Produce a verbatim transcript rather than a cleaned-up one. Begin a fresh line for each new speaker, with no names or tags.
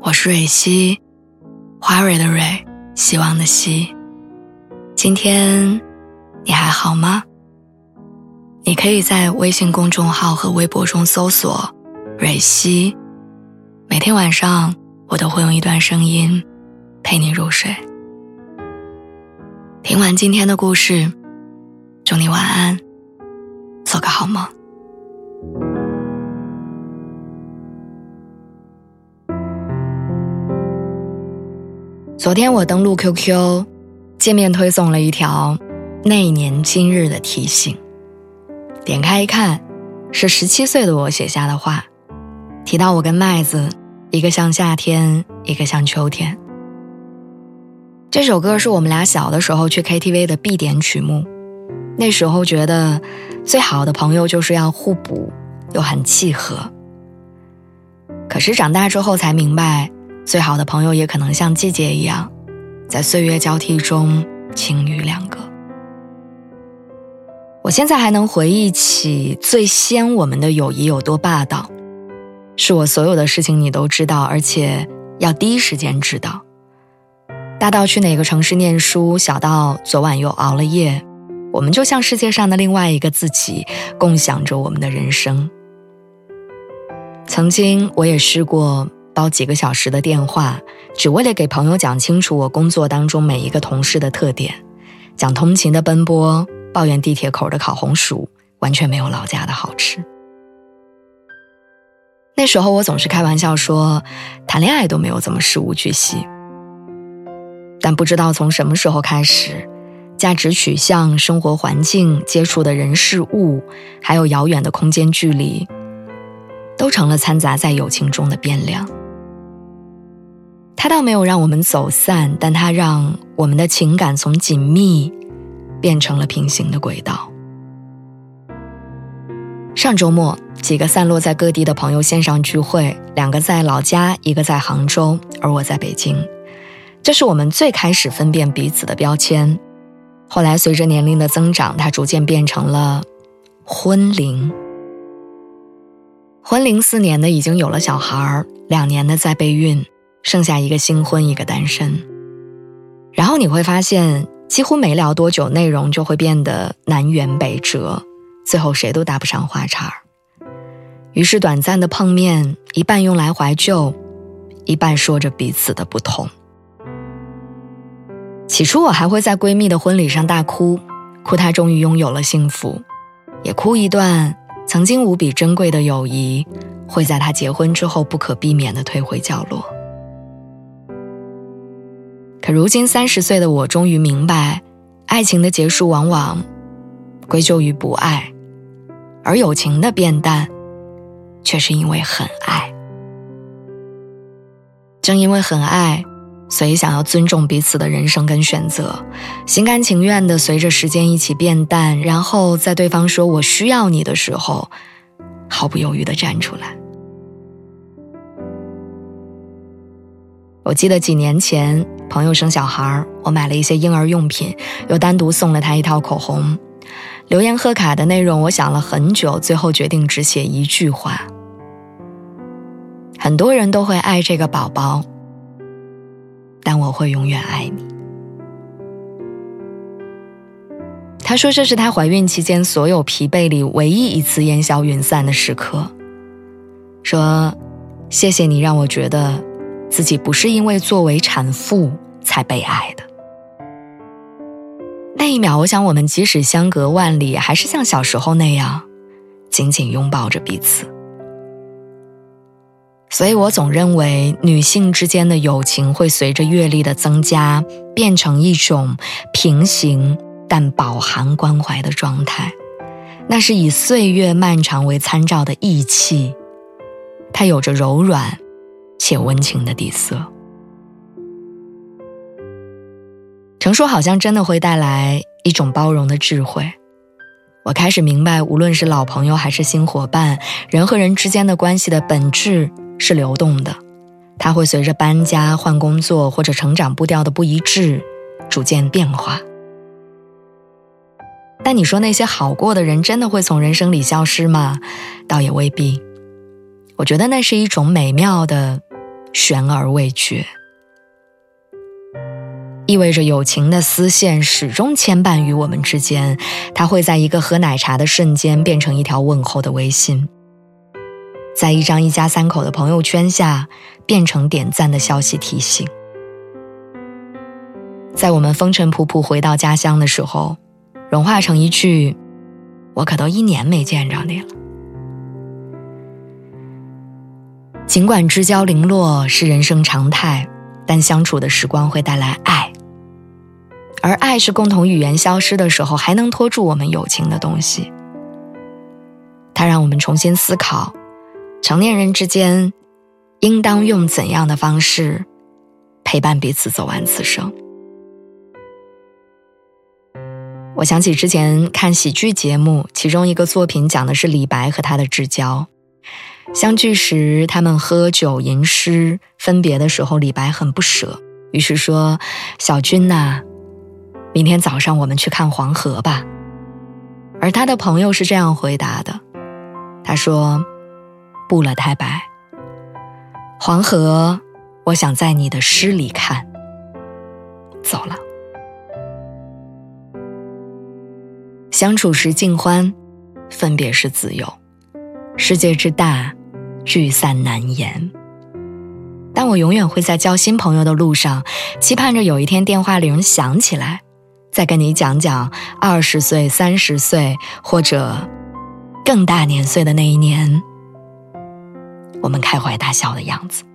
我是蕊希，花蕊的蕊，希望的希。今天你还好吗？你可以在微信公众号和微博中搜索蕊希，每天晚上我都会用一段声音陪你入睡。听完今天的故事，祝你晚安，做个好梦。昨天我登录 Q Q， 界面推送了一条那年今日的提醒，点开一看，是十七岁的我写下的话，提到我跟麦子，一个像夏天，一个像秋天。这首歌是我们俩小的时候去 K T V 的必点曲目，那时候觉得最好的朋友就是要互补又很契合。可是长大之后才明白，最好的朋友也可能像季节一样，在岁月交替中晴雨两隔。我现在还能回忆起最先我们的友谊有多霸道，是我所有的事情你都知道，而且要第一时间知道。大到去哪个城市念书，小到昨晚又熬了夜，我们就像世界上的另外一个自己，共享着我们的人生。曾经我也试过煲几个小时的电话，只为了给朋友讲清楚我工作当中每一个同事的特点，讲通勤的奔波，抱怨地铁口的烤红薯完全没有老家的好吃。那时候我总是开玩笑说，谈恋爱都没有这么事无巨细。但不知道从什么时候开始，价值取向、生活环境、接触的人事物，还有遥远的空间距离，都成了掺杂在友情中的变量。它倒没有让我们走散，但它让我们的情感从紧密变成了平行的轨道。上周末，几个散落在各地的朋友线上聚会，两个在老家，一个在杭州，而我在北京。这是我们最开始分辨彼此的标签，后来随着年龄的增长，它逐渐变成了婚龄。婚龄四年的已经有了小孩，两年的在备孕，剩下一个新婚一个单身。然后你会发现，几乎没聊多久，内容就会变得南辕北辙，最后谁都搭不上话茬。于是短暂的碰面，一半用来怀旧，一半说着彼此的不同。起初我还会在闺蜜的婚礼上大哭，哭她终于拥有了幸福，也哭一段曾经无比珍贵的友谊会在她结婚之后不可避免地退回角落。可如今三十岁的我终于明白，爱情的结束往往归咎于不爱，而友情的变淡却是因为很爱。正因为很爱，所以想要尊重彼此的人生跟选择，心甘情愿地随着时间一起变淡，然后在对方说我需要你的时候，毫不犹豫地站出来。我记得几年前朋友生小孩，我买了一些婴儿用品，又单独送了他一套口红。留言贺卡的内容我想了很久，最后决定只写一句话：很多人都会爱这个宝宝，但我会永远爱你。她说这是她怀孕期间所有疲惫里唯一一次烟消云散的时刻，说谢谢你让我觉得自己不是因为作为产妇才被爱的。那一秒，我想我们即使相隔万里，还是像小时候那样紧紧拥抱着彼此。所以我总认为女性之间的友情会随着阅历的增加变成一种平行但饱含关怀的状态，那是以岁月漫长为参照的义气，它有着柔软且温情的底色。成熟好像真的会带来一种包容的智慧。我开始明白，无论是老朋友还是新伙伴，人和人之间的关系的本质是流动的，它会随着搬家、换工作或者成长步调的不一致逐渐变化。但你说那些好过的人真的会从人生里消失吗？倒也未必。我觉得那是一种美妙的悬而未决，意味着友情的丝线始终牵绊于我们之间，它会在一个喝奶茶的瞬间变成一条问候的微信，在一张一家三口的朋友圈下变成点赞的消息提醒，在我们风尘仆仆回到家乡的时候，融化成一句我可都一年没见着你了。尽管知交零落是人生常态，但相处的时光会带来爱，而爱是共同语言消失的时候还能拖住我们友情的东西。它让我们重新思考成年人之间应当用怎样的方式陪伴彼此走完此生。我想起之前看喜剧节目，其中一个作品讲的是李白和他的至交。相聚时他们喝酒吟诗，分别的时候李白很不舍，于是说，小君啊，明天早上我们去看黄河吧。而他的朋友是这样回答的，他说，不了太白，黄河我想在你的诗里看。走了。相处时尽欢，分别时自由。世界之大，聚散难言。但我永远会在交新朋友的路上，期盼着有一天电话铃响起来，再跟你讲讲二十岁、三十岁，或者更大年岁的那一年，我们开怀大笑的样子。